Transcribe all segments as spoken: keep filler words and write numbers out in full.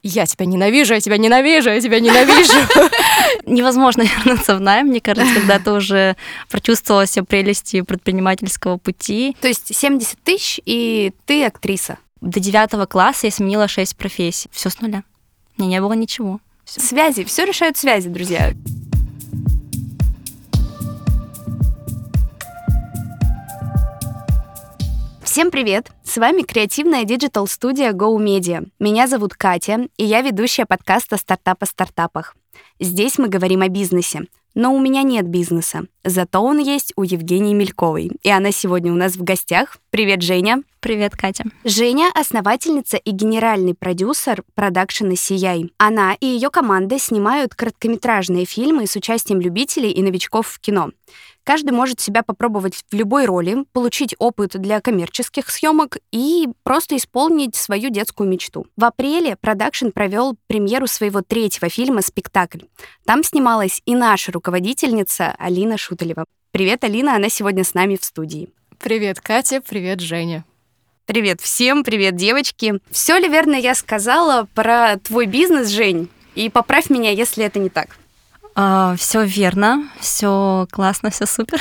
Я тебя ненавижу, я тебя ненавижу, я тебя ненавижу. Невозможно вернуться в найм, мне кажется, когда ты уже прочувствовала все прелести предпринимательского пути. То есть семьдесят тысяч, и ты актриса? До девятого класса я сменила шесть профессий. Все с нуля. Мне не было ничего. Всё. Связи, все решают связи, друзья. Всем привет! С вами креативная диджитал-студия Go Media. Меня зовут Катя, и я ведущая подкаста «Стартап о стартапах». Здесь мы говорим о бизнесе. Но у меня нет бизнеса. Зато он есть у Евгении Мельковой. И она сегодня у нас в гостях. Привет, Женя. Привет, Катя. Женя — основательница и генеральный продюсер продакшена си ай. Она и ее команда снимают короткометражные фильмы с участием любителей и новичков в кино. Каждый может себя попробовать в любой роли, получить опыт для коммерческих съемок и просто исполнить свою детскую мечту. В апреле продакшн провел премьеру своего третьего фильма «Спектакль». Там снималась и наша руководительница Алина Шуталева. Привет, Алина, она сегодня с нами в студии. Привет, Катя, привет, Женя. Привет всем, привет, девочки. Все ли верно я сказала про твой бизнес, Жень? И поправь меня, если это не так. Uh, все верно, все классно, все супер.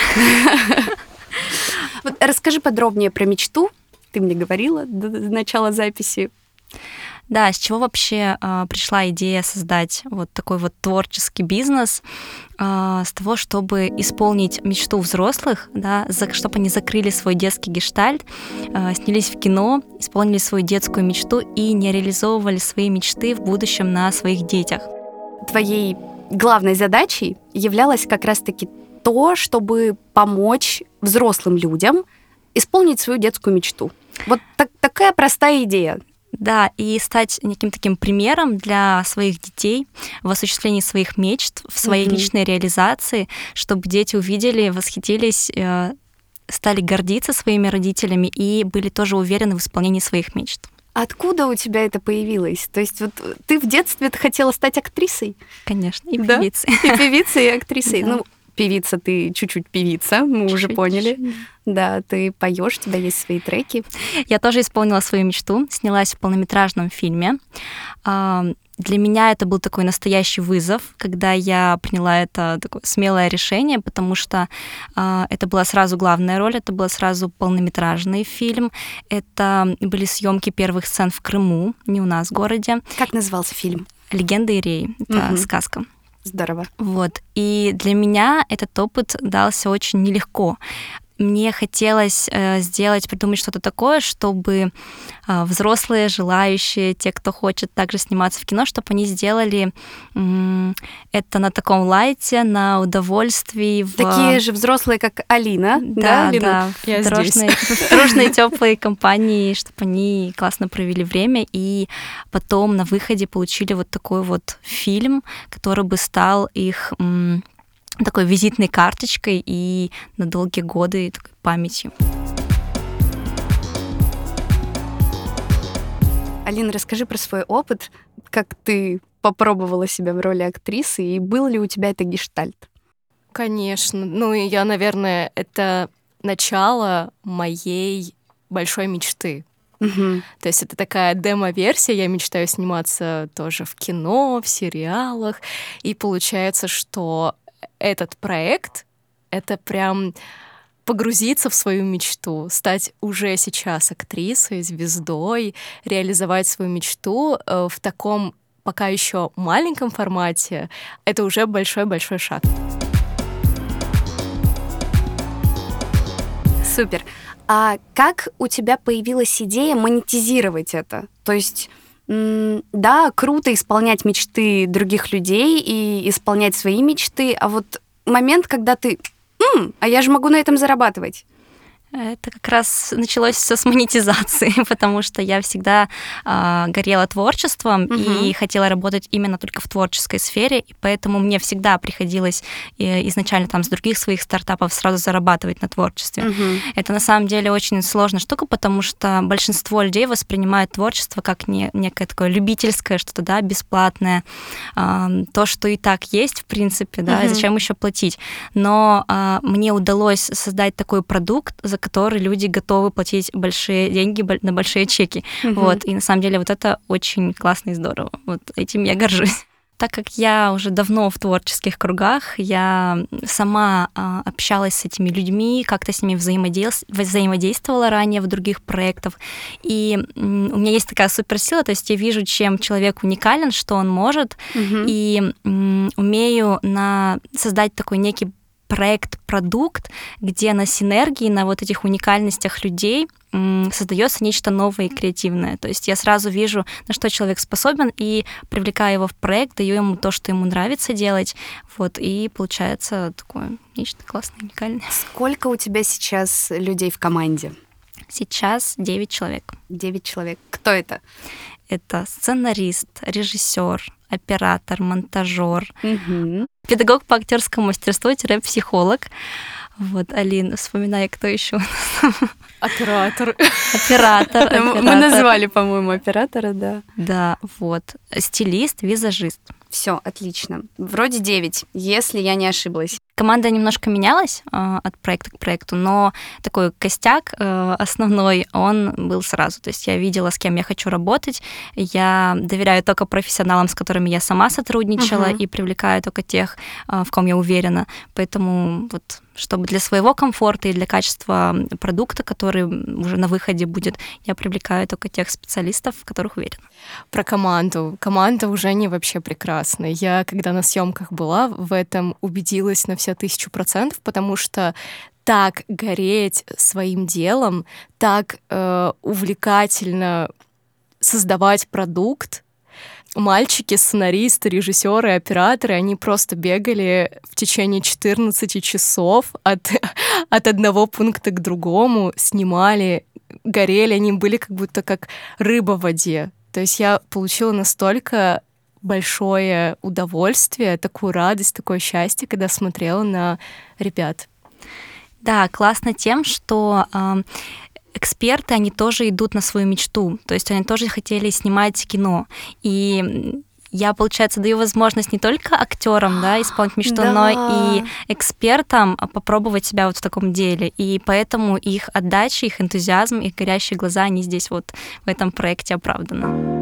Вот расскажи подробнее про мечту. Ты мне говорила до начала записи. Да, с чего вообще uh, пришла идея создать вот такой вот творческий бизнес? Uh, с того, чтобы исполнить мечту взрослых, да, за, чтобы они закрыли свой детский гештальт, uh, снялись в кино, исполнили свою детскую мечту и не реализовывали свои мечты в будущем на своих детях. Твоей главной задачей являлось как раз-таки то, чтобы помочь взрослым людям исполнить свою детскую мечту. Вот так, такая простая идея. Да, и стать неким таким примером для своих детей в осуществлении своих мечт, в своей mm-hmm. личной реализации, чтобы дети увидели, восхитились, стали гордиться своими родителями и были тоже уверены в исполнении своих мечт. Откуда у тебя это появилось? То есть вот ты в детстве хотела стать актрисой? Конечно, и да? певицей. И певицей, и актрисой. Да. Ну, певица, ты чуть-чуть певица, мы чуть-чуть, уже поняли. Чуть-чуть. Да, ты поешь, у тебя есть свои треки. Я тоже исполнила свою мечту, снялась в полнометражном фильме. Для меня это был такой настоящий вызов, когда я приняла это такое смелое решение, потому что э, это была сразу главная роль, это был сразу полнометражный фильм, это были съемки первых сцен в Крыму, не у нас в городе. Как назывался фильм? «Легенда Иреи», это угу. сказка. Здорово. Вот. И для меня этот опыт дался очень нелегко. Мне хотелось э, сделать, придумать что-то такое, чтобы э, взрослые, желающие, те, кто хочет также сниматься в кино, чтобы они сделали э, это на таком лайте, на удовольствии. В... Такие же взрослые, как Алина. Да, да, Алина? да. Я в дружной, в дружной, теплой компании, чтобы они классно провели время и потом на выходе получили вот такой вот фильм, который бы стал их... М- такой визитной карточкой и на долгие годы такой памятью. Алина, расскажи про свой опыт, как ты попробовала себя в роли актрисы, и был ли у тебя это гештальт? Конечно. Ну, и я, наверное, это начало моей большой мечты. Угу. То есть это такая демо-версия, я мечтаю сниматься тоже в кино, в сериалах, и получается, что этот проект — это прям погрузиться в свою мечту, стать уже сейчас актрисой, звездой, реализовать свою мечту в таком пока еще маленьком формате. Это уже большой-большой шаг. Супер. А как у тебя появилась идея монетизировать это? То есть... Да, круто исполнять мечты других людей и исполнять свои мечты, а вот момент, когда ты «М, а я же могу на этом зарабатывать». Это как раз началось все с монетизации, потому что я всегда э, горела творчеством угу. и хотела работать именно только в творческой сфере, и поэтому мне всегда приходилось э, изначально там с других своих стартапов сразу зарабатывать на творчестве. Угу. Это на самом деле очень сложная штука, потому что большинство людей воспринимают творчество как не, некое такое любительское что-то, да, бесплатное, э, то, что и так есть, в принципе, да, угу. и зачем еще платить. Но э, мне удалось создать такой продукт, за который люди готовы платить большие деньги на большие чеки. Mm-hmm. Вот. И на самом деле вот это очень классно и здорово. Вот этим я горжусь. Так как я уже давно в творческих кругах, я сама а, общалась с этими людьми, как-то с ними взаимодейств... взаимодействовала ранее в других проектах. И м, у меня есть такая суперсила, то есть я вижу, чем человек уникален, что он может, mm-hmm. и м, умею на... создать такой некий проект-продукт, где на синергии, на вот этих уникальностях людей создается нечто новое и креативное. То есть я сразу вижу, на что человек способен, и привлекаю его в проект, даю ему то, что ему нравится делать, вот, и получается такое нечто классное, уникальное. Сколько у тебя сейчас людей в команде? Сейчас девять человек. Девять человек. Кто это? Это сценарист, режиссер, оператор, монтажер, угу. педагог по актерскому мастерству-психолог. Вот, Алина, вспоминай, кто еще. Оператор. Оператор. Мы назвали, по-моему, оператора, да. Да, вот. Стилист, визажист. Все, отлично. Вроде девять, если я не ошиблась. Команда немножко менялась э, от проекта к проекту, но такой костяк э, основной, он был сразу. То есть я видела, с кем я хочу работать. Я доверяю только профессионалам, с которыми я сама сотрудничала, uh-huh. и привлекаю только тех, э, в ком я уверена. Поэтому вот, чтобы для своего комфорта и для качества продукта, который уже на выходе будет, я привлекаю только тех специалистов, в которых уверена. Про команду. Команда у Жени вообще прекрасная. Я, когда на съемках была, в этом убедилась на все тысячу процентов, потому что так гореть своим делом, так э, увлекательно создавать продукт. Мальчики, сценаристы, режиссеры, операторы, они просто бегали в течение четырнадцати часов от, от одного пункта к другому, снимали, горели, они были как будто как рыба в воде. То есть я получила настолько большое удовольствие, такую радость, такое счастье, когда смотрела на ребят. Да, классно тем, что э, эксперты, они тоже идут на свою мечту, то есть они тоже хотели снимать кино. И я, получается, даю возможность не только актерам, да, исполнить мечту, да. но и экспертам попробовать себя вот в таком деле. И поэтому их отдача, их энтузиазм, их горящие глаза, они здесь вот в этом проекте оправданы.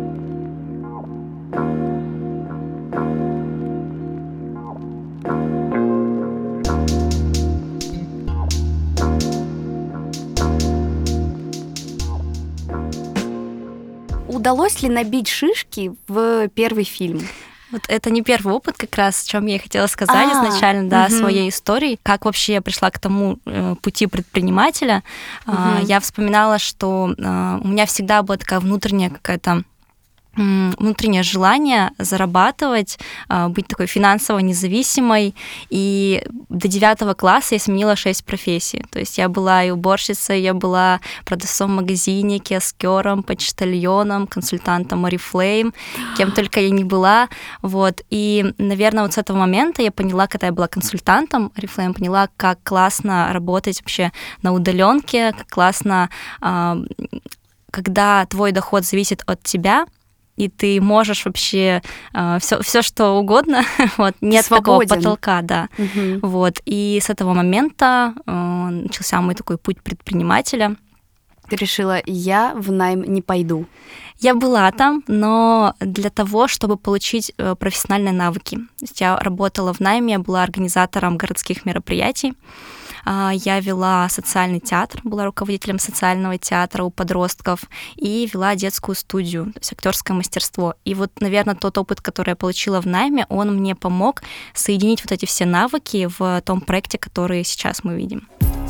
Удалось ли набить шишки в первый фильм? Вот это не первый опыт, как раз, о чем я и хотела сказать а, изначально, да, угу. своей истории, как вообще я пришла к тому э, пути предпринимателя. Угу. Э, я вспоминала, что э, у меня всегда была такая внутренняя какая-то внутреннее желание зарабатывать, быть такой финансово независимой. И до девятого класса я сменила шесть профессий. То есть я была и уборщицей, я была продавцом в магазине, киоскером, почтальоном, консультантом Oriflame, кем только я не была. Вот. И, наверное, вот с этого момента я поняла, когда я была консультантом Oriflame, поняла, как классно работать вообще на удаленке, как классно, когда твой доход зависит от тебя, и ты можешь вообще э, все, все что угодно, вот, нет свободен. Такого потолка, да. Угу. Вот, и с этого момента э, начался мой такой путь предпринимателя. Ты решила, я в найм не пойду? Я была там, но для того, чтобы получить э, профессиональные навыки. То есть я работала в найме, я была организатором городских мероприятий. Я вела социальный театр, была руководителем социального театра у подростков и вела детскую студию, то есть актерское мастерство. И вот, наверное, тот опыт, который я получила в найме, он мне помог соединить вот эти все навыки в том проекте, который сейчас мы видим.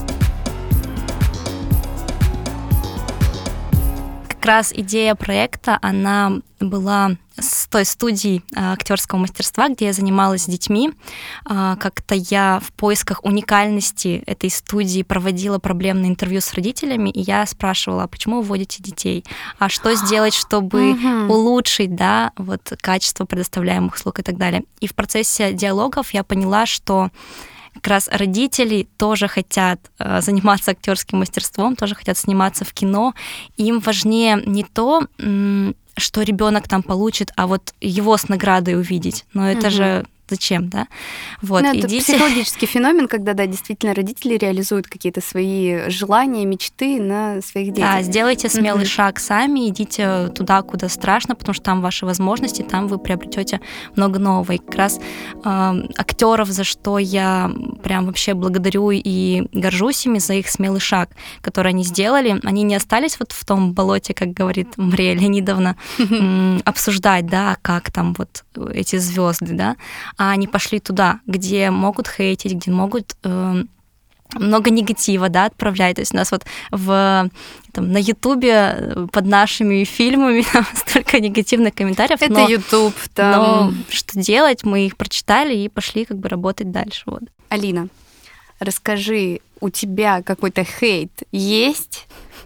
Как раз идея проекта, она была с той студии актерского мастерства, где я занималась с детьми. Как-то я в поисках уникальности этой студии проводила проблемные интервью с родителями, и я спрашивала, а почему вы вводите детей? А что сделать, чтобы угу. улучшить, да, вот, качество предоставляемых услуг и так далее. И в процессе диалогов я поняла, что как раз родители тоже хотят э, заниматься актерским мастерством, тоже хотят сниматься в кино. Им важнее не то, м- что ребенок там получит, а вот его с наградой увидеть. Но это mm-hmm. же зачем, да? Вот, ну, это идите... психологический феномен, когда, да, действительно родители реализуют какие-то свои желания, мечты на своих детях. Да, сделайте смелый mm-hmm. шаг сами, идите туда, куда страшно, потому что там ваши возможности, там вы приобретете много нового. И как раз э, актеров, за что я прям вообще благодарю и горжусь ими за их смелый шаг, который они сделали. Они не остались вот в том болоте, как говорит Мария Леонидовна, обсуждать, да, как там вот эти звезды, да, а они пошли туда, где могут хейтить, где могут э, много негатива, да, отправлять. То есть у нас вот в, там, на Ютубе под нашими фильмами там столько негативных комментариев. Это но, Ютуб, там... но что делать? Мы их прочитали и пошли как бы работать дальше. Вот. Алина, расскажи, у тебя какой-то хейт есть?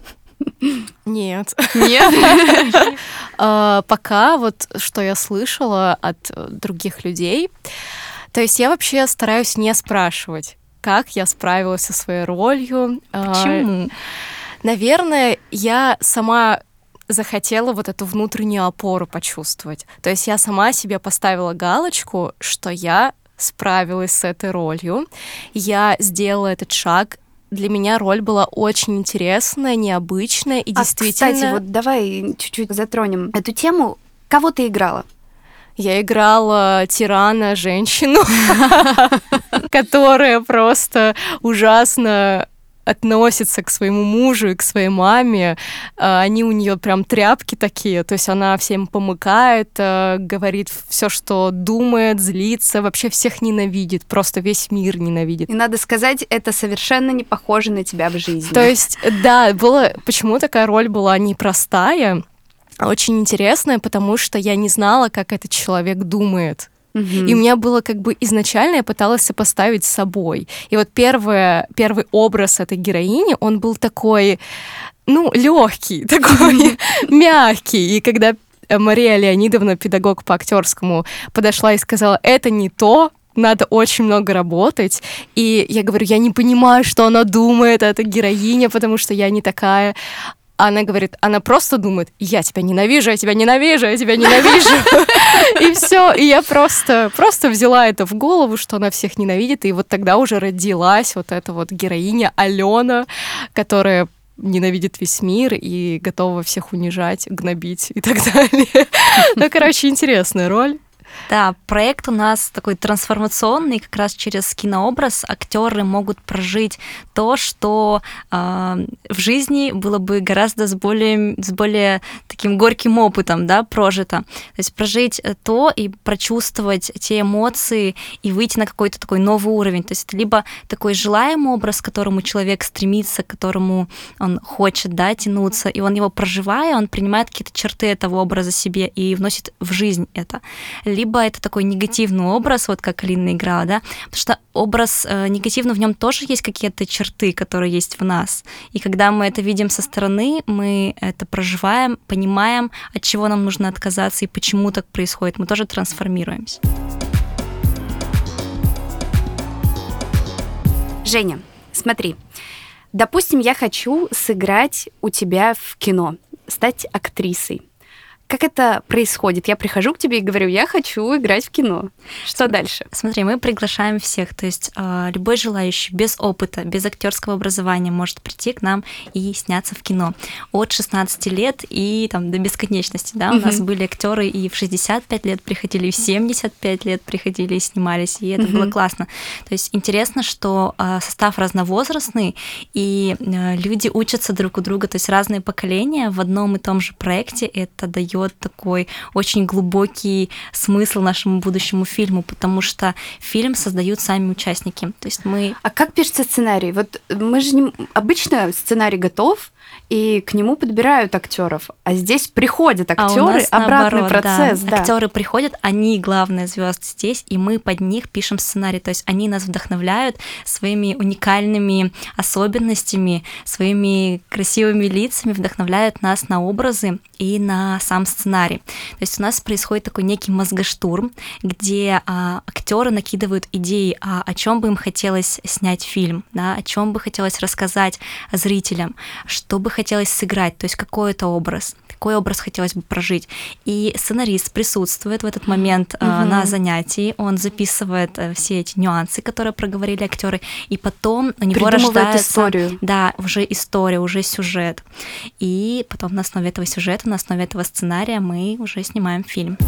Нет. Нет? Пока вот что я слышала от других людей, то есть я вообще стараюсь не спрашивать, как я справилась со своей ролью. Почему? Наверное, я сама захотела вот эту внутреннюю опору почувствовать. То есть я сама себе поставила галочку, что я справилась с этой ролью, я сделала этот шаг. Для меня роль была очень интересная, необычная и действительно... А, кстати, вот давай чуть-чуть затронем эту тему. Кого ты играла? Я играла тирана, женщину, которая просто ужасно относится к своему мужу и к своей маме. Они у нее прям тряпки такие, то есть она всем помыкает, говорит все, что думает, злится, вообще всех ненавидит, просто весь мир ненавидит. И надо сказать, это совершенно не похоже на тебя в жизни. То есть, да, было, почему такая роль была непростая, очень интересная, потому что я не знала, как этот человек думает. И у меня было как бы изначально, я пыталась сопоставить с собой. И вот первое, первый образ этой героини, он был такой, ну, легкий, такой мягкий. И когда Мария Леонидовна, педагог по актерскому, подошла и сказала, это не то, надо очень много работать. И я говорю, я не понимаю, что она думает, эта героиня, потому что я не такая. Она говорит, она просто думает, я тебя ненавижу, я тебя ненавижу, я тебя ненавижу. И все. И я просто, просто взяла это в голову, что она всех ненавидит. И вот тогда уже родилась вот эта вот героиня Алена, которая ненавидит весь мир и готова всех унижать, гнобить и так далее. Ну, короче, интересная роль. Да, проект у нас такой трансформационный, как раз через кинообраз актеры могут прожить то, что э, в жизни было бы гораздо с более, с более таким горьким опытом, да, прожито. То есть прожить то и прочувствовать те эмоции и выйти на какой-то такой новый уровень. То есть это либо такой желаемый образ, к которому человек стремится, к которому он хочет, да, тянуться, и он его проживая, он принимает какие-то черты этого образа себе и вносит в жизнь это. Либо это такой негативный образ, вот как Алина играла, да, потому что образ э, негативный, в нем тоже есть какие-то черты, которые есть в нас. И когда мы это видим со стороны, мы это проживаем, понимаем, от чего нам нужно отказаться и почему так происходит. Мы тоже трансформируемся. Женя, смотри, допустим, я хочу сыграть у тебя в кино, стать актрисой. Как это происходит? Я прихожу к тебе и говорю, я хочу играть в кино. Что дальше? Смотри, мы приглашаем всех, то есть э, любой желающий без опыта, без актерского образования может прийти к нам и сняться в кино. От шестнадцати лет и там до бесконечности, да, у uh-huh. нас были актеры и в шестьдесят пять лет приходили, и в семьдесят пять лет приходили и снимались, и это uh-huh. было классно. То есть интересно, что э, состав разновозрастный, и э, люди учатся друг у друга, то есть разные поколения в одном и том же проекте, это дает такой очень глубокий смысл нашему будущему фильму, потому что фильм создают сами участники. То есть мы... А как пишется сценарий? Вот мы же не... Обычно сценарий готов, и к нему подбирают актеров, а здесь приходят актеры, а обратный наоборот, процесс. Да. Да. Актеры приходят, они главные звезды здесь, и мы под них пишем сценарий. То есть они нас вдохновляют своими уникальными особенностями, своими красивыми лицами, вдохновляют нас на образы и на сам сам сценарий. То есть у нас происходит такой некий мозгоштурм, где а, актеры накидывают идеи, а, о чем бы им хотелось снять фильм, да, о чем бы хотелось рассказать зрителям, что бы хотелось сыграть, то есть какой это образ, какой образ хотелось бы прожить. И сценарист присутствует в этот момент mm-hmm. а, на занятии, он записывает а, все эти нюансы, которые проговорили актеры, и потом у него рождается историю. Да, уже история, уже сюжет. И потом на основе этого сюжета, на основе этого сценария мы уже снимаем фильм.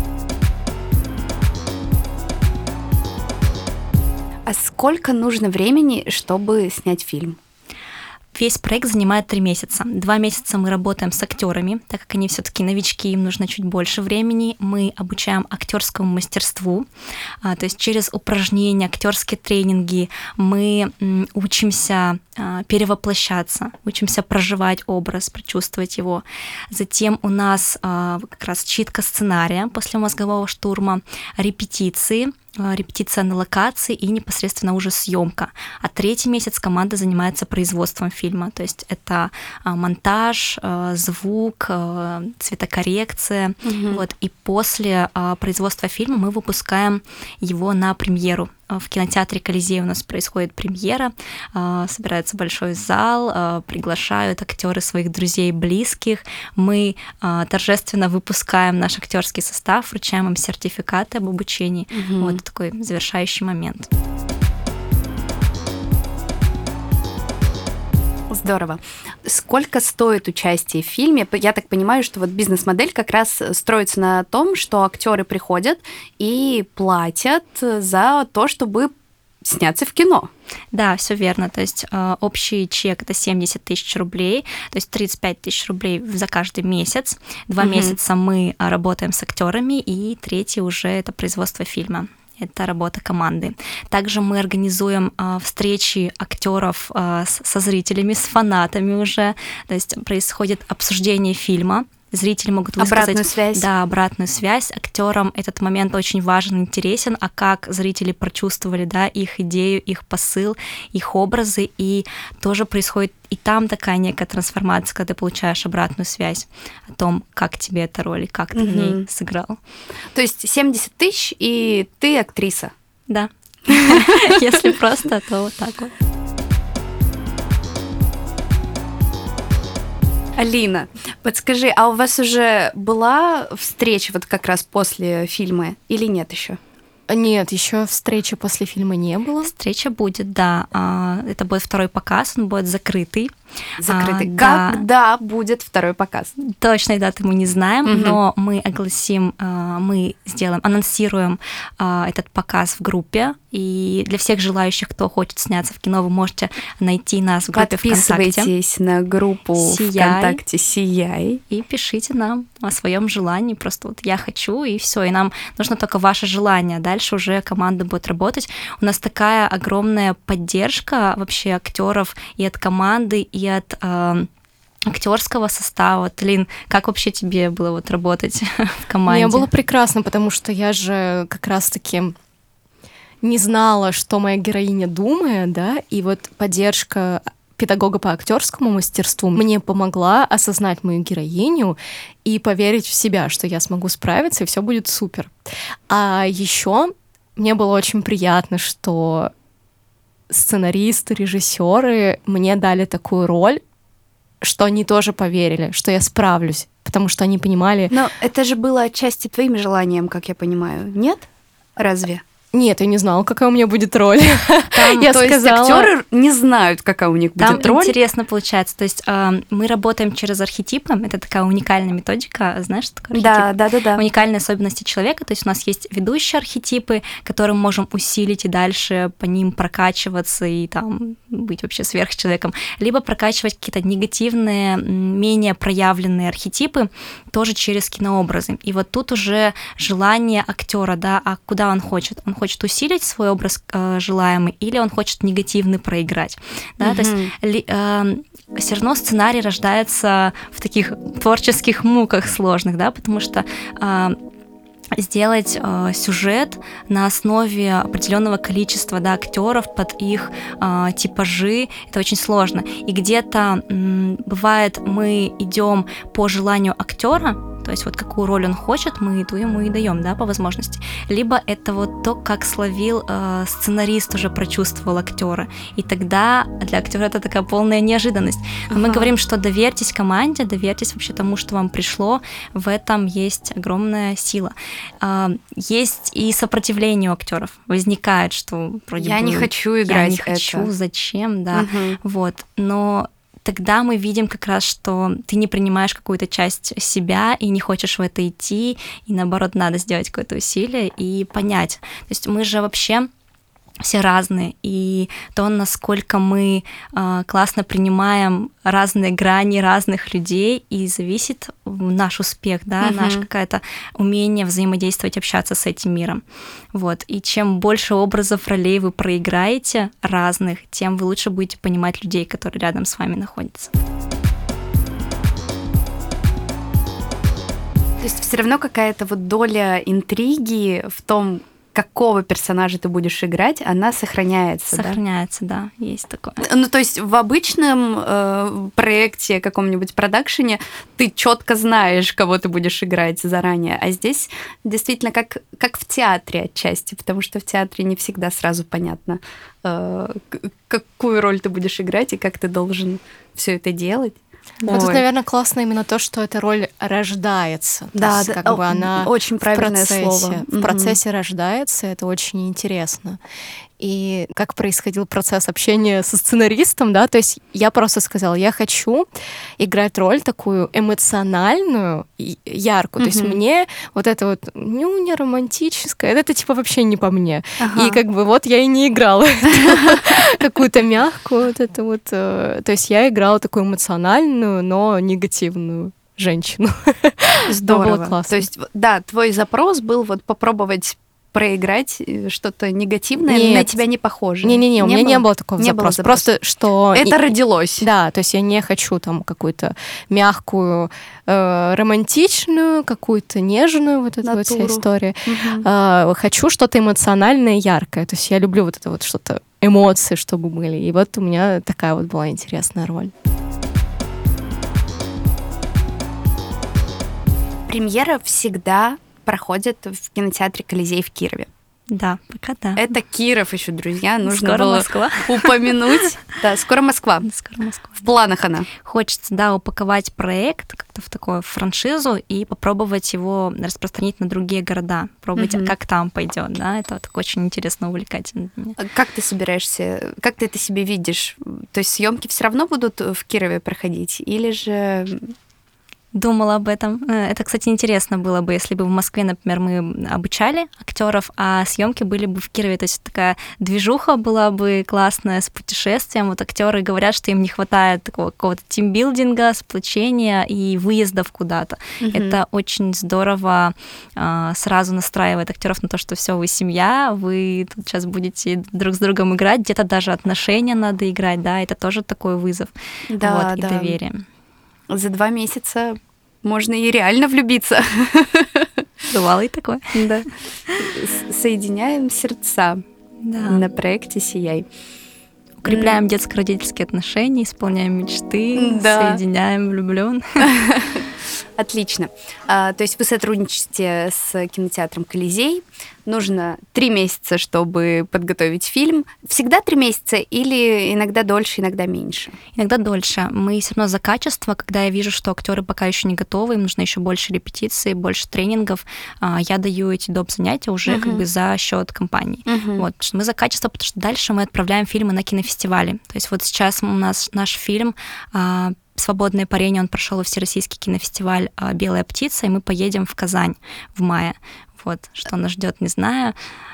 А сколько нужно времени, чтобы снять фильм? Весь проект занимает три месяца. Два месяца мы работаем с актерами, так как они все-таки новички, им нужно чуть больше времени. Мы обучаем актерскому мастерству, а, то есть через упражнения, актерские тренинги мы м, учимся а, перевоплощаться, учимся проживать образ, прочувствовать его. Затем у нас а, как раз читка сценария после мозгового штурма, репетиции, репетиция на локации и непосредственно уже съемка. А третий месяц команда занимается производством фильма, то есть это монтаж, звук, цветокоррекция. Угу. Вот. И после производства фильма мы выпускаем его на премьеру. В кинотеатре «Колизей» у нас происходит премьера, собирается большой зал, приглашают актеры своих друзей, близких. Мы торжественно выпускаем наш актерский состав, вручаем им сертификаты об обучении. Угу. Вот такой завершающий момент. Здорово. Сколько стоит участие в фильме? Я так понимаю, что вот бизнес-модель как раз строится на том, что актеры приходят и платят за то, чтобы сняться в кино. Да, все верно. То есть э, общий чек это семьдесят тысяч рублей, то есть тридцать пять тысяч рублей за каждый месяц. Два угу. месяца мы работаем с актерами, и третий уже это производство фильма. Это работа команды. Также мы организуем э, встречи актеров э, с, со зрителями, с фанатами уже. То есть происходит обсуждение фильма. Зрители могут высказать обратную связь. Да, обратную связь. Актерам этот момент очень важен, интересен, а как зрители прочувствовали, да, их идею, их посыл, их образы, и тоже происходит и там такая некая трансформация, когда ты получаешь обратную связь о том, как тебе эта роль, и как ты mm-hmm. в ней сыграл. То есть семьдесят тысяч, и ты актриса? Да. Если просто, то вот так вот. Алина, подскажи, а у вас уже была встреча вот как раз после фильма или нет еще? Нет, еще встречи после фильма не было. Встреча будет, да. Это будет второй показ, он будет закрытый. Закрытый. А, Когда да. будет второй показ? Точной даты мы не знаем, угу. но мы огласим, мы сделаем, анонсируем этот показ в группе. И для всех желающих, кто хочет сняться в кино, вы можете найти нас в группе ВКонтакте. Подписывайтесь на группу Сияй. ВКонтакте «Сияй». И пишите нам о своем желании. Просто вот я хочу, и все. И нам нужно только ваше желание. Дальше уже команда будет работать. У нас такая огромная поддержка вообще актеров и от команды, и от э, актерского состава. Вот, Лин, как вообще тебе было вот работать в команде? Мне было прекрасно, потому что я же как раз-таки не знала, что моя героиня думает, да, и вот поддержка педагога по актерскому мастерству мне помогла осознать мою героиню и поверить в себя, что я смогу справиться, и все будет супер. А еще мне было очень приятно, что сценаристы, режиссеры мне дали такую роль, что они тоже поверили, что я справлюсь, потому что они понимали... Но это же было отчасти твоим желанием, как я понимаю, нет? Разве? Нет, я не знала, какая у меня будет роль. Там, я то сказала... есть актеры не знают, какая у них Там будет роль. Там интересно получается. То есть э, мы работаем через архетипы. Это такая уникальная методика. Знаешь, что такое архетип? Да, да, да, да. Уникальные особенности человека. То есть у нас есть ведущие архетипы, которые мы можем усилить и дальше по ним прокачиваться и там быть вообще сверхчеловеком. Либо прокачивать какие-то негативные, менее проявленные архетипы тоже через кинообразы. И вот тут уже желание актера, да, а куда он хочет? Он хочет усилить свой образ э, желаемый, или он хочет негативный проиграть. Да? Mm-hmm. То есть ли, э, все равно сценарий рождается в таких творческих муках сложных, да, потому что э, сделать э, сюжет на основе определенного количества, да, актеров под их э, типажи, это очень сложно. И где-то м, бывает, мы идем по желанию актера. То есть вот какую роль он хочет, мы ту ему и даем, да, по возможности. Либо это вот то, как словил э, сценарист, уже прочувствовал актера. И тогда для актера это такая полная неожиданность. Но ага. мы говорим, что доверьтесь команде, доверьтесь вообще тому, что вам пришло. В этом есть огромная сила. Э, есть и сопротивление у актеров. Возникает, что вроде я бы... не хочу играть Я не это. хочу, зачем, да. Угу. Вот. Но тогда мы видим как раз, что ты не принимаешь какую-то часть себя и не хочешь в это идти, и наоборот, надо сделать какое-то усилие и понять. То есть мы же вообще все разные, и то, насколько мы э, классно принимаем разные грани разных людей, и зависит наш успех, да, uh-huh. наше какое-то умение взаимодействовать, общаться с этим миром. Вот. И чем больше образов, ролей вы проиграете разных, тем вы лучше будете понимать людей, которые рядом с вами находятся. То есть все равно какая-то вот доля интриги в том, какого персонажа ты будешь играть, она сохраняется, Сохраняется, да, да, есть такое. Ну, то есть в обычном э, проекте, каком-нибудь продакшене, ты четко знаешь, кого ты будешь играть заранее, а здесь действительно как, как в театре отчасти, потому что в театре не всегда сразу понятно, э, какую роль ты будешь играть и как ты должен все это делать. Но тут, наверное, классно именно то, что эта роль рождается. Да, то есть, да, как бы она очень правильное в процессе, слово. В процессе угу. рождается, это очень интересно. И как происходил процесс общения со сценаристом, да, то есть я просто сказала, я хочу играть роль такую эмоциональную, яркую, mm-hmm. то есть мне вот это вот, ну, не романтическое, это типа вообще не по мне. Ага. И как бы вот я и не играла какую-то мягкую вот это вот, то есть я играла такую эмоциональную, но негативную женщину. Здорово. То есть, да, твой запрос был вот попробовать проиграть что-то негативное, Нет. на тебя не похоже. Не-не-не, у меня было? не было такого не запроса. Было Просто что... Это и, родилось. Да, то есть я не хочу там какую-то мягкую, э, романтичную, какую-то нежную, вот эта Натуру. Вот вся история. Угу. Э, хочу что-то эмоциональное, яркое. То есть я люблю вот это вот что-то, эмоции, чтобы были. И вот у меня такая вот была интересная роль. Премьера всегда проходит в кинотеатре «Колизей» в Кирове. Да, пока да. Это Киров еще, друзья, нужно скоро было Москва. упомянуть. Да, скоро Москва. Скоро Москва. В планах она. Хочется, да, упаковать проект как-то в такую франшизу и попробовать его распространить на другие города, пробовать, mm-hmm. как там пойдет, да, это так очень интересно, увлекательно для меня. Как ты собираешься, как ты это себе видишь? То есть съемки все равно будут в Кирове проходить, или же... Думала об этом. Это, кстати, интересно было бы, если бы в Москве, например, мы обучали актеров, а съемки были бы в Кирове. То есть такая движуха была бы классная с путешествием. Вот актеры говорят, что им не хватает такого какого-то тимбилдинга, сплочения и выездов куда-то. Mm-hmm. Это очень здорово а, сразу настраивает актеров на то, что все, вы семья, вы тут сейчас будете друг с другом играть, где-то даже отношения надо играть, да, это тоже такой вызов. Да, вот, да. И доверие. За два месяца можно и реально влюбиться. Бывало и такое. Да. Соединяем сердца да. на проекте «Сияй». Укрепляем mm. детско-родительские отношения, исполняем мечты, да. соединяем влюблённых. Отлично. А, то есть вы сотрудничаете с кинотеатром «Колизей». Нужно три месяца, чтобы подготовить фильм. Всегда три месяца или иногда дольше, иногда меньше? Иногда дольше. Мы все равно за качество, когда я вижу, что актеры пока еще не готовы, им нужно еще больше репетиций, больше тренингов, я даю эти доп. Занятия уже uh-huh. как бы за счет компании. Uh-huh. Вот, потому что мы за качество, потому что дальше мы отправляем фильмы на кинофестивали. То есть вот сейчас у нас наш фильм «Свободное парение», он прошел Всероссийский кинофестиваль «Белая птица», и мы поедем в Казань в мае. Вот, что нас ждет, не знаю.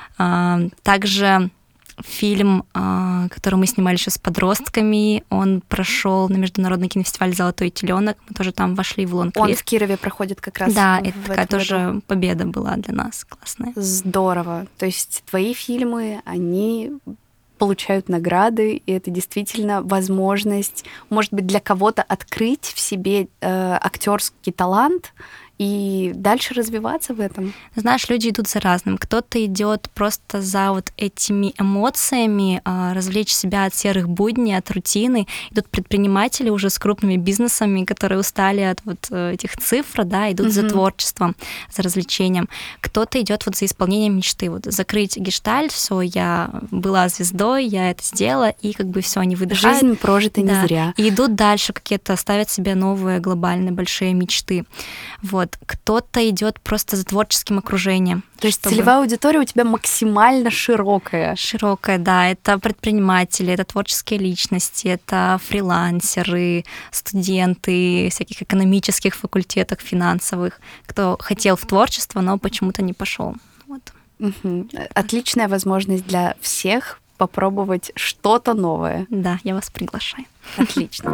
Также фильм, который мы снимали еще с подростками, он прошел на международный кинофестиваль «Золотой теленок». Мы тоже там вошли в лонг-лист. Он в Кирове проходит как раз. Да, это такая тоже году. Победа была для нас классная. Здорово. То есть твои фильмы, они получают награды, и это действительно возможность, может быть, для кого-то открыть в себе э, актерский талант и дальше развиваться в этом? Знаешь, люди идут за разным. Кто-то идет просто за вот этими эмоциями, развлечь себя от серых будней, от рутины. Идут предприниматели уже с крупными бизнесами, которые устали от вот этих цифр, да, идут mm-hmm. за творчеством, за развлечением. Кто-то идет вот за исполнением мечты. Вот закрыть гештальт, все, я была звездой, я это сделала, и как бы все, они выдыхают. Жизнь прожита не да. зря. И идут дальше, какие-то ставят себе новые глобальные большие мечты. Вот. Кто-то идет просто за творческим окружением. То есть чтобы... целевая аудитория у тебя максимально широкая. Широкая, да. Это предприниматели, это творческие личности, это фрилансеры, студенты всяких экономических факультетов, финансовых, кто хотел в творчество, но почему-то не пошел. Вот. Угу. Отличная возможность для всех попробовать что-то новое. Да, я вас приглашаю. Отлично.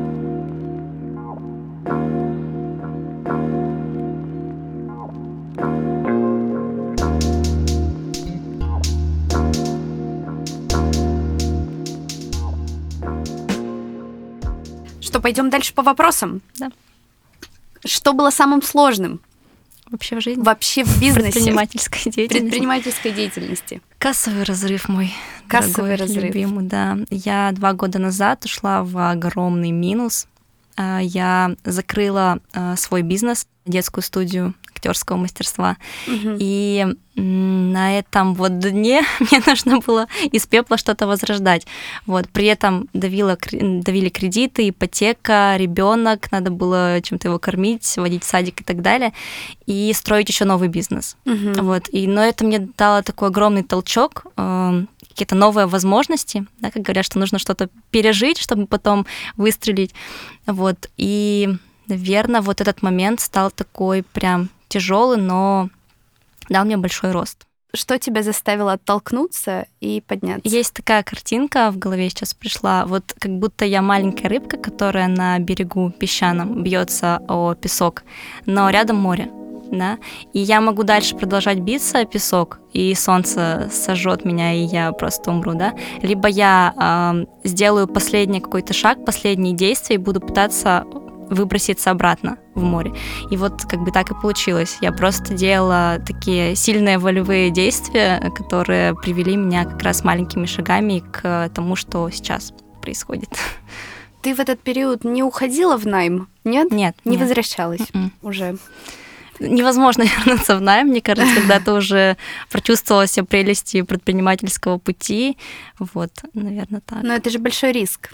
Что, пойдем дальше по вопросам? Да. Что было самым сложным? Вообще в жизни? Вообще в бизнесе. Предпринимательской деятельности. Предпринимательской деятельности. Кассовый разрыв мой. Кассовый дорогой, разрыв. Любимый, да. Я два года назад ушла в огромный минус. Я закрыла свой бизнес, детскую студию актерского мастерства. Угу. И на этом вот дне мне нужно было из пепла что-то возрождать. Вот. При этом давила, давили кредиты, ипотека, ребенок, надо было чем-то его кормить, водить в садик и так далее, и строить еще новый бизнес. Угу. Вот. И, но это мне дало такой огромный толчок, э, какие-то новые возможности, да, как говорят, что нужно что-то пережить, чтобы потом выстрелить. Вот. И, наверное, вот этот момент стал такой прям тяжелый, но дал мне большой рост. Что тебя заставило оттолкнуться и подняться? Есть такая картинка в голове сейчас пришла, вот как будто я маленькая рыбка, которая на берегу песчаном бьется о песок, но рядом море, да, и я могу дальше продолжать биться о песок, и солнце сожжет меня, и я просто умру, да, либо я э, сделаю последний какой-то шаг, последние действия и буду пытаться выброситься обратно в море. И вот как бы так и получилось. Я просто делала такие сильные волевые действия, которые привели меня как раз маленькими шагами к тому, что сейчас происходит. Ты в этот период не уходила в найм? Нет? Нет. Не нет. возвращалась Mm-mm. уже? Невозможно вернуться в найм, мне кажется, когда ты уже прочувствовала все прелести предпринимательского пути. Вот, наверное, так. Но это же большой риск.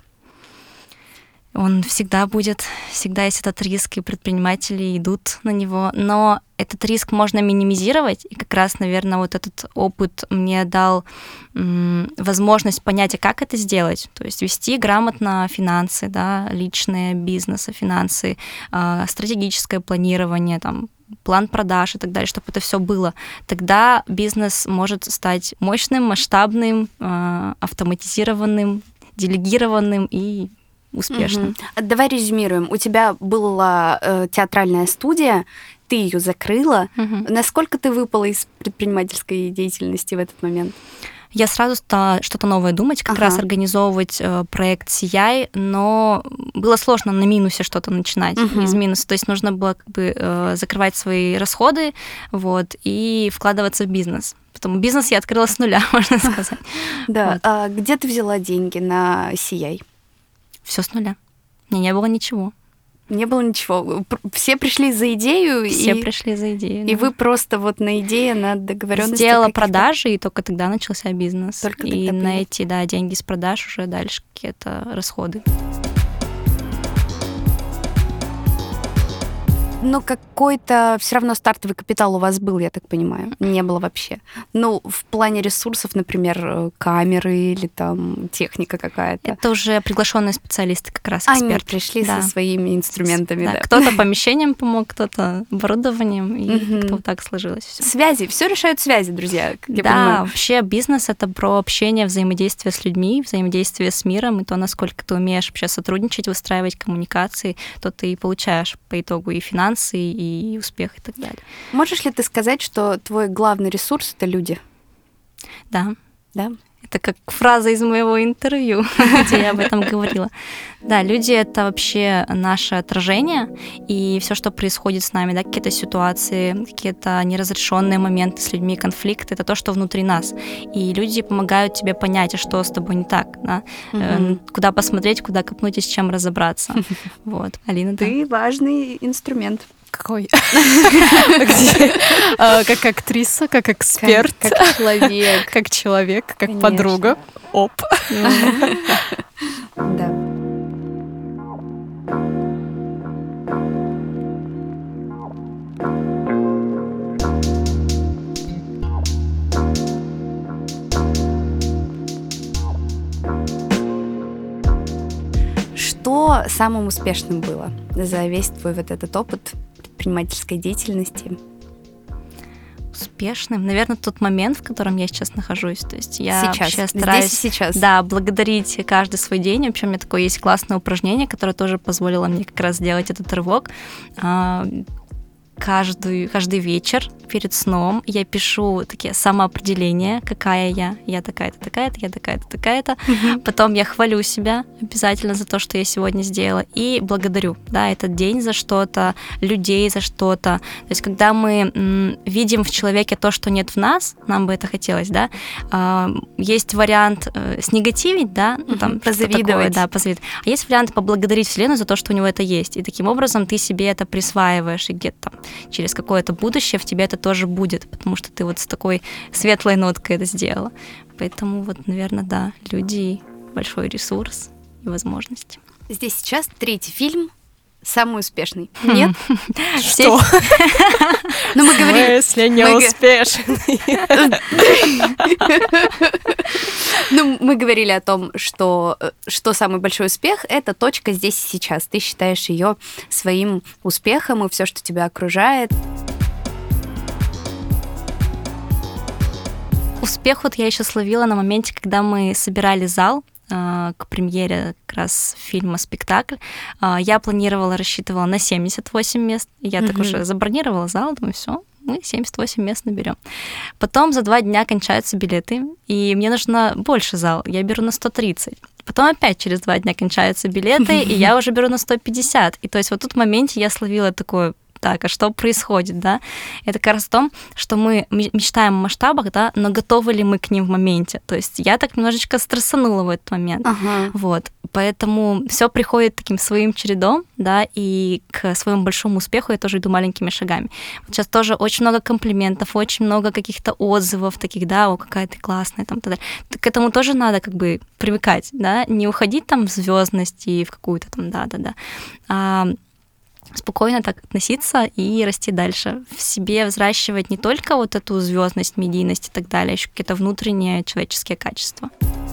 Он всегда будет, всегда есть этот риск, и предприниматели идут на него, но этот риск можно минимизировать, и как раз, наверное, вот этот опыт мне дал м, возможность понять, а как это сделать, то есть вести грамотно финансы, да, личные бизнесы, финансы, э, стратегическое планирование, там, план продаж и так далее, чтобы это все было. Тогда бизнес может стать мощным, масштабным, э, автоматизированным, делегированным и успешным. Угу. Давай резюмируем. У тебя была э, театральная студия, ты ее закрыла. Угу. Насколько ты выпала из предпринимательской деятельности в этот момент? Я сразу стала что-то новое думать, как ага. раз организовывать э, проект си ай, но было сложно на минусе что-то начинать, угу. из минуса. То есть нужно было как бы э, закрывать свои расходы, вот, и вкладываться в бизнес. Потом бизнес я открыла с нуля, можно сказать. Да. А где ты взяла деньги на си ай? Все с нуля. У меня не было ничего. Не было ничего. Все пришли за идею. Все и... пришли за идею. И да. вы просто вот на идее, на договоренности. Сделала продажи, и только тогда начался бизнес. Только и тогда на эти, да, деньги с продаж уже дальше какие-то расходы. Но какой-то все равно стартовый капитал у вас был, я так понимаю. Не было вообще. Ну, в плане ресурсов, например, камеры или там техника какая-то. Это уже приглашенные специалисты, как раз эксперты. Они пришли да. со своими инструментами. Да. Да. Кто-то помещением помог, кто-то оборудованием, и mm-hmm. как-то вот так сложилось все. Связи. Все решают связи, друзья. Как я да, понимаю. Вообще бизнес — это про общение, взаимодействие с людьми, взаимодействие с миром, и то, насколько ты умеешь вообще сотрудничать, выстраивать коммуникации, то ты и получаешь по итогу и финансы, и успех, и так далее. Можешь ли ты сказать, что твой главный ресурс — это люди? Да. да? Это как фраза из моего интервью, где я об этом говорила. Да, люди — это вообще наше отражение, и все, что происходит с нами, да, какие-то ситуации, какие-то неразрешенные моменты с людьми, конфликты — это то, что внутри нас. И люди помогают тебе понять, а что с тобой не так, да? Mm-hmm. Куда посмотреть, куда копнуть и с чем разобраться. Вот, Алина, ты важный инструмент. Какой? Как актриса, как эксперт. Как человек. Как человек, как подруга. Оп. Да. Что самым успешным было за весь твой вот этот опыт предпринимательской деятельности? Успешным? Наверное, тот момент, в котором я сейчас нахожусь. То есть я сейчас, вообще стараюсь здесь и сейчас. Да, благодарить каждый свой день. Вообще у меня такое есть классное упражнение, которое тоже позволило мне как раз сделать этот рывок. Каждый, каждый вечер перед сном я пишу такие самоопределения, какая я. Я такая-то, такая-то, я такая-то, такая-то. Mm-hmm. Потом я хвалю себя обязательно за то, что я сегодня сделала, и благодарю, да, этот день за что-то, людей за что-то. То есть когда мы м, видим в человеке то, что нет в нас, нам бы это хотелось, да, э, есть вариант э, снегативить, да, ну, там, mm-hmm. позавидовать. Такое, да, позавидовать. А есть вариант поблагодарить Вселенную за то, что у него это есть. И таким образом ты себе это присваиваешь, и где-то там через какое-то будущее в тебе это тоже будет, потому что ты вот с такой светлой ноткой это сделала. Поэтому вот, наверное, да, люди — большой ресурс и возможности. Здесь сейчас третий фильм, самый успешный. Нет? Что? Ну, мы говорили... Если не успешный. Ну, мы говорили о том, что, что самый большой успех — это точка здесь и сейчас. Ты считаешь ее своим успехом и все, что тебя окружает. Успех вот я еще словила на моменте, когда мы собирали зал э, к премьере как раз фильма «Спектакль». Э, я планировала, рассчитывала на семьдесят восемь мест. Я mm-hmm. так уже забронировала зал, думаю, все, мы семьдесят восемь мест наберем. Потом за два дня кончаются билеты, и мне нужно больше зал. Я беру на сто тридцать. Потом опять через два дня кончаются билеты, и я уже беру на сто пятьдесят. И то есть вот тут в моменте я словила такое: так, а что происходит, да? Это как раз в том, что мы мечтаем о масштабах, да, но готовы ли мы к ним в моменте? То есть я так немножечко стрессанула в этот момент. Ага. Вот. Поэтому все приходит таким своим чередом, да, и к своему большому успеху я тоже иду маленькими шагами. Вот сейчас тоже очень много комплиментов, очень много каких-то отзывов таких, да, о, какая ты классная, там, так далее. К этому тоже надо как бы привыкать, да, не уходить там в звездность и в какую-то там, да-да-да, а спокойно так относиться и расти дальше. В себе взращивать не только вот эту звездность, медийность и так далее, а еще какие-то внутренние человеческие качества.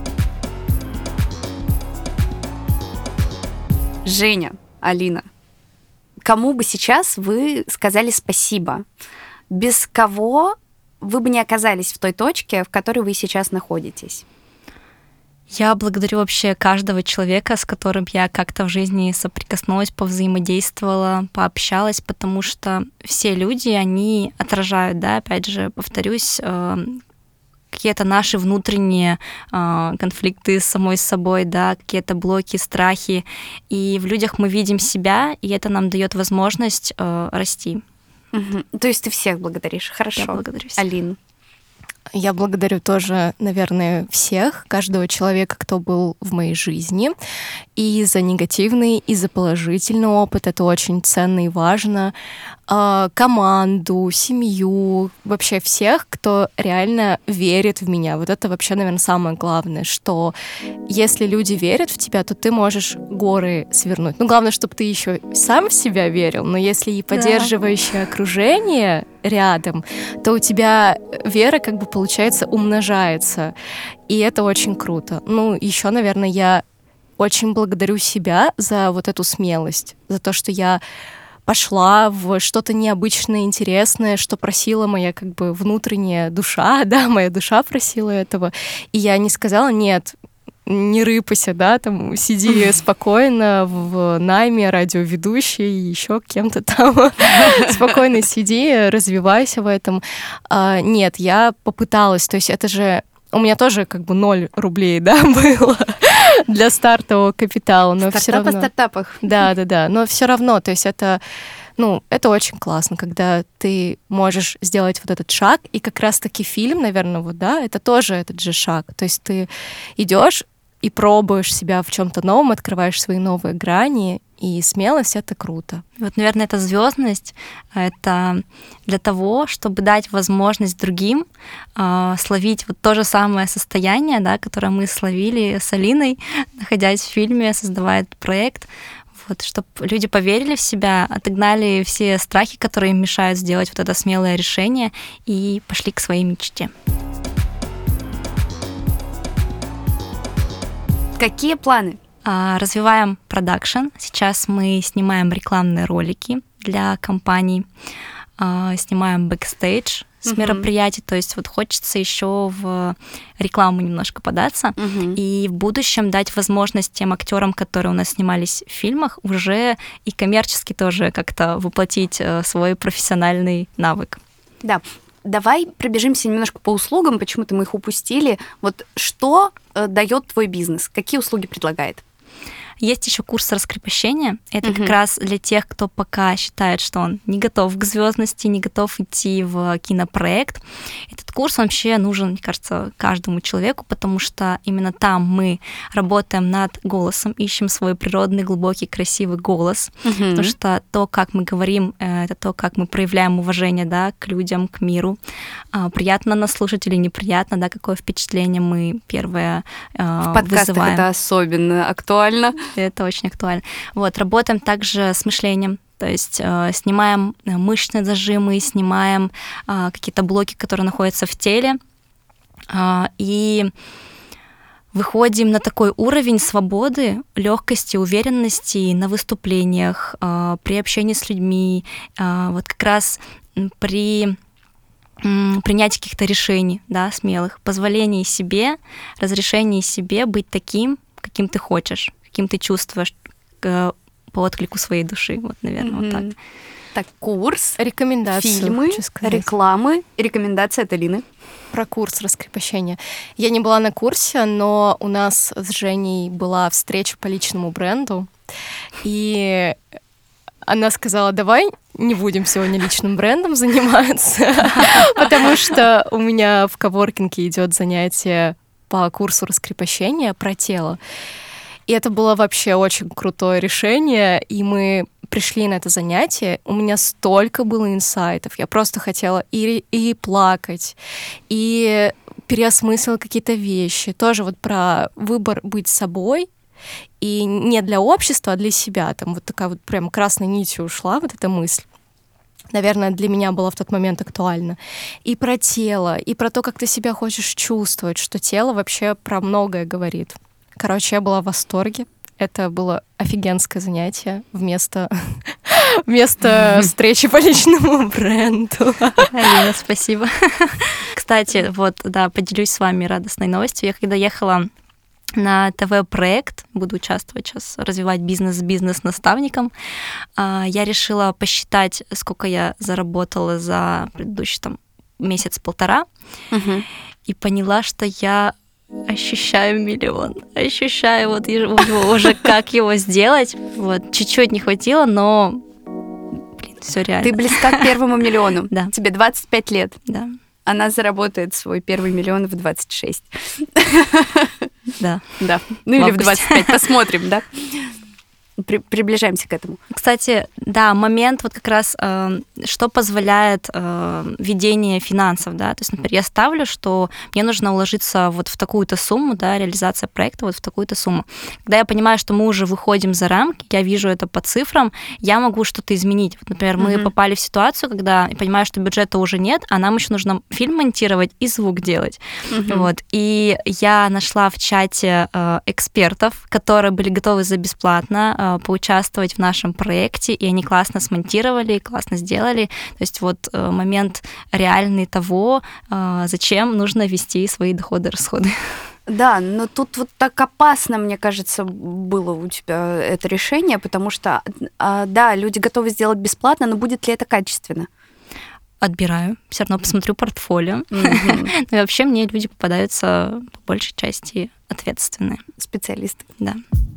Женя, Алина, кому бы сейчас вы сказали спасибо? Без кого вы бы не оказались в той точке, в которой вы сейчас находитесь? Я благодарю вообще каждого человека, с которым я как-то в жизни соприкоснулась, повзаимодействовала, пообщалась, потому что все люди, они отражают, да, опять же, повторюсь, какие-то наши внутренние конфликты с самой собой, да, какие-то блоки, страхи. И в людях мы видим себя, и это нам дает возможность расти. Угу. То есть ты всех благодаришь? Хорошо. Я благодарю всех. Алина? Я благодарю тоже, наверное, всех, каждого человека, кто был в моей жизни. И за негативный, и за положительный опыт. Это очень ценно и важно. Команду, семью, вообще всех, кто реально верит в меня. Вот это вообще, наверное, самое главное, что если люди верят в тебя, то ты можешь горы свернуть. Ну, главное, чтобы ты еще сам в себя верил, но если и поддерживающее да. окружение рядом, то у тебя вера, как бы, получается, умножается. И это очень круто. Ну, еще, наверное, я очень благодарю себя за вот эту смелость, за то, что я пошла в что-то необычное, интересное, что просила моя как бы внутренняя душа, да, моя душа просила этого, и я не сказала «нет», не рыпайся, да, там, сиди спокойно в найме радиоведущей, еще кем-то там, спокойно сиди, развивайся в этом. Нет, я попыталась, то есть это же у меня тоже как бы ноль рублей, да, было для стартового капитала, но все равно... Стартап о стартапах. Да, да, да, но все равно, то есть это, ну, это очень классно, когда ты можешь сделать вот этот шаг, и как раз-таки фильм, наверное, вот, да, это тоже этот же шаг, то есть ты идешь и пробуешь себя в чем-то новом, открываешь свои новые грани, и смелость — это круто. Вот, наверное, эта звездность — это для того, чтобы дать возможность другим э, словить вот то же самое состояние, да, которое мы словили с Алиной, находясь в фильме, создавая этот проект, вот, чтобы люди поверили в себя, отогнали все страхи, которые им мешают сделать вот это смелое решение, и пошли к своей мечте. Какие планы? Развиваем продакшн. Сейчас мы снимаем рекламные ролики для компаний, снимаем бэкстейдж с uh-huh. мероприятий. То есть вот хочется еще в рекламу немножко податься uh-huh. и в будущем дать возможность тем актерам, которые у нас снимались в фильмах, уже и коммерчески тоже как-то воплотить свой профессиональный навык. Да. Давай пробежимся немножко по услугам, почему-то мы их упустили. Вот что э, дает твой бизнес? Какие услуги предлагает? Есть еще курс раскрепощения. Это Uh-huh. как раз для тех, кто пока считает, что он не готов к звездности, не готов идти в кинопроект. Этот курс вообще нужен, мне кажется, каждому человеку, потому что именно там мы работаем над голосом, ищем свой природный, глубокий, красивый голос. Uh-huh. Потому что то, как мы говорим, это то, как мы проявляем уважение, да, к людям, к миру. Приятно нас слушать или неприятно, да, какое впечатление мы первое вызываем. В подкастах это особенно актуально. Это очень актуально. Вот, работаем также с мышлением, то есть э, снимаем мышечные зажимы, снимаем э, какие-то блоки, которые находятся в теле, э, и выходим на такой уровень свободы, легкости, уверенности на выступлениях, э, при общении с людьми, э, вот как раз при принятии каких-то решений, да, смелых, позволении себе, разрешении себе быть таким, каким ты хочешь, каким ты чувствуешь по отклику своей души. Вот, наверное, mm-hmm. вот так. Так, курс, рекомендации, фильмы, рекламы, рекомендации от Алины. Про курс раскрепощения. Я не была на курсе, но у нас с Женей была встреча по личному бренду, и она сказала: давай не будем сегодня личным брендом заниматься, потому что у меня в коворкинге идет занятие по курсу раскрепощения про тело. И это было вообще очень крутое решение, и мы пришли на это занятие, у меня столько было инсайтов, я просто хотела и, и плакать, и переосмыслила какие-то вещи, тоже вот про выбор быть собой, и не для общества, а для себя, там вот такая вот прям красной нитью ушла вот эта мысль. Наверное, для меня было в тот момент актуально. И про тело, и про то, как ты себя хочешь чувствовать, что тело вообще про многое говорит. Короче, я была в восторге. Это было офигенское занятие вместо, вместо встречи по личному бренду. Алина, спасибо. Кстати, вот, да, поделюсь с вами радостной новостью. Я когда ехала на ТВ-проект, буду участвовать сейчас, развивать бизнес с бизнес-наставником, я решила посчитать, сколько я заработала за предыдущий там месяц-полтора, угу. и поняла, что я ощущаю миллион, ощущаю вот его уже, как его сделать. Вот, чуть-чуть не хватило, но, блин, все реально. Ты близка к первому миллиону. Да. Тебе двадцать пять лет. Да. Она заработает свой первый миллион в двадцать шесть. Да. Да. Ну или в двадцать пять, посмотрим, да? При, приближаемся к этому. Кстати, да, момент вот как раз, э, что позволяет э, ведение финансов, да, то есть, например, я ставлю, что мне нужно уложиться вот в такую-то сумму, да, реализация проекта вот в такую-то сумму. Когда я понимаю, что мы уже выходим за рамки, я вижу это по цифрам, я могу что-то изменить. Вот, например, мы mm-hmm. попали в ситуацию, когда я понимаю, что бюджета уже нет, а нам еще нужно фильм монтировать и звук делать. Mm-hmm. Вот. И я нашла в чате э, экспертов, которые были готовы за бесплатно э, поучаствовать в нашем проекте, и они классно смонтировали, классно сделали. То есть вот момент реальный того, зачем нужно вести свои доходы и расходы. Да, но тут вот так опасно, мне кажется, было у тебя это решение, потому что, да, люди готовы сделать бесплатно, но будет ли это качественно? Отбираю, все равно посмотрю портфолио. Mm-hmm. Ну и вообще мне люди попадаются по большей части ответственные. Специалисты. Да.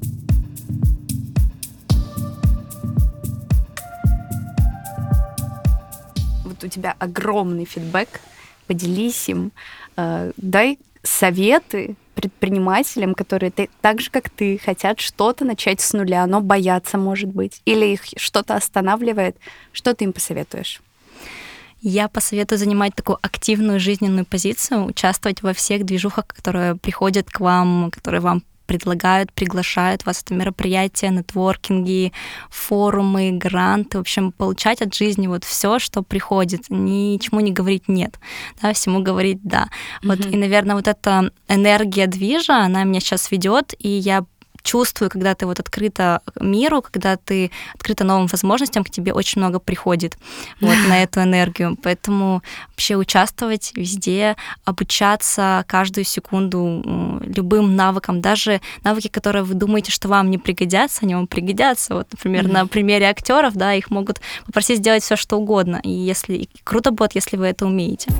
Вот у тебя огромный фидбэк, поделись им, э, дай советы предпринимателям, которые ты, так же, как ты, хотят что-то начать с нуля, но боятся, может быть, или их что-то останавливает. Что ты им посоветуешь? Я посоветую занимать такую активную жизненную позицию, участвовать во всех движухах, которые приходят к вам, которые вам предлагают, приглашают вас. Это мероприятия, нетворкинги, форумы, гранты. В общем, получать от жизни вот все, что приходит. Ничему не говорить «нет», да, всему говорить «да». Mm-hmm. Вот, и, наверное, вот эта энергия движа, она меня сейчас ведет, и я чувствую, когда ты вот открыта миру, когда ты открыта новым возможностям, к тебе очень много приходит вот на эту энергию. Поэтому вообще участвовать везде, обучаться каждую секунду любым навыкам, даже навыки, которые вы думаете, что вам не пригодятся, они вам пригодятся. Вот, например, mm-hmm. на примере актеров, да, их могут попросить сделать все, что угодно. И если и круто будет, если вы это умеете.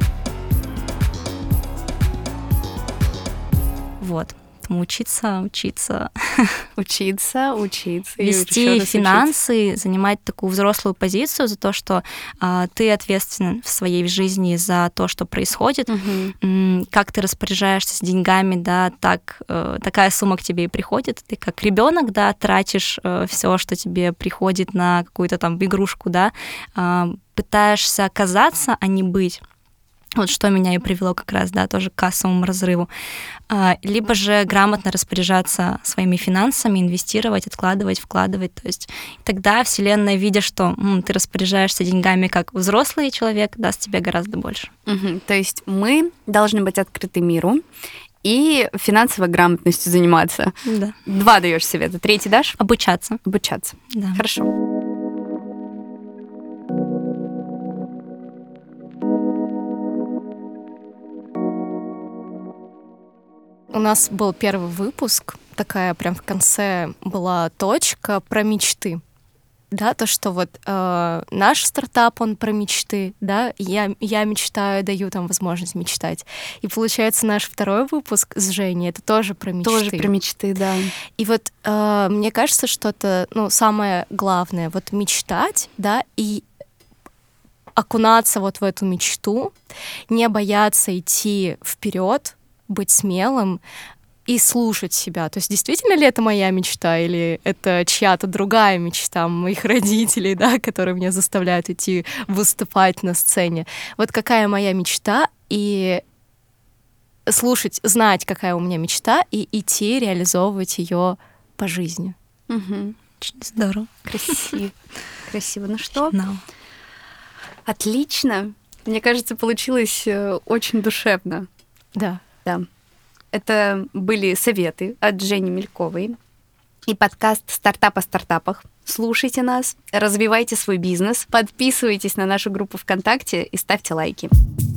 Вот. Учиться, учиться. Учиться, учиться. Вести финансы, учиться. Занимать такую взрослую позицию за то, что а, ты ответственен в своей жизни за то, что происходит, угу. как ты распоряжаешься с деньгами, да, так, э, такая сумма к тебе и приходит. Ты как ребенок, да, тратишь э, все, что тебе приходит на какую-то там игрушку, да, э, пытаешься оказаться, а не быть. Вот что меня и привело как раз, да, тоже к кассовому разрыву. Либо же грамотно распоряжаться своими финансами, инвестировать, откладывать, вкладывать. То есть тогда Вселенная, видя, что м, ты распоряжаешься деньгами как взрослый человек, даст тебе гораздо больше. Угу. То есть мы должны быть открыты миру и финансовой грамотностью заниматься. Да. Два даешь совета. Третий дашь? Обучаться. Обучаться. Да. Хорошо. У нас был первый выпуск, такая прям в конце была точка про мечты. Да, то, что вот э, наш стартап, он про мечты, да, я, я мечтаю, даю там возможность мечтать. И получается, наш второй выпуск с Женей, это тоже про мечты. Тоже про мечты, да. И вот э, мне кажется, что это, ну, самое главное, вот мечтать, да, и окунаться вот в эту мечту, не бояться идти вперед, быть смелым и слушать себя. То есть действительно ли это моя мечта или это чья-то другая мечта моих родителей, да, которые меня заставляют идти выступать на сцене. Вот какая моя мечта, и слушать, знать, какая у меня мечта, и идти реализовывать ее по жизни. Угу. Очень здорово. Красиво. Красиво. Ну что? No. Отлично. Мне кажется, получилось очень душевно. Да. Да. Это были советы от Жени Мельковой и подкаст «Стартап о стартапах». Слушайте нас, развивайте свой бизнес, подписывайтесь на нашу группу ВКонтакте и ставьте лайки.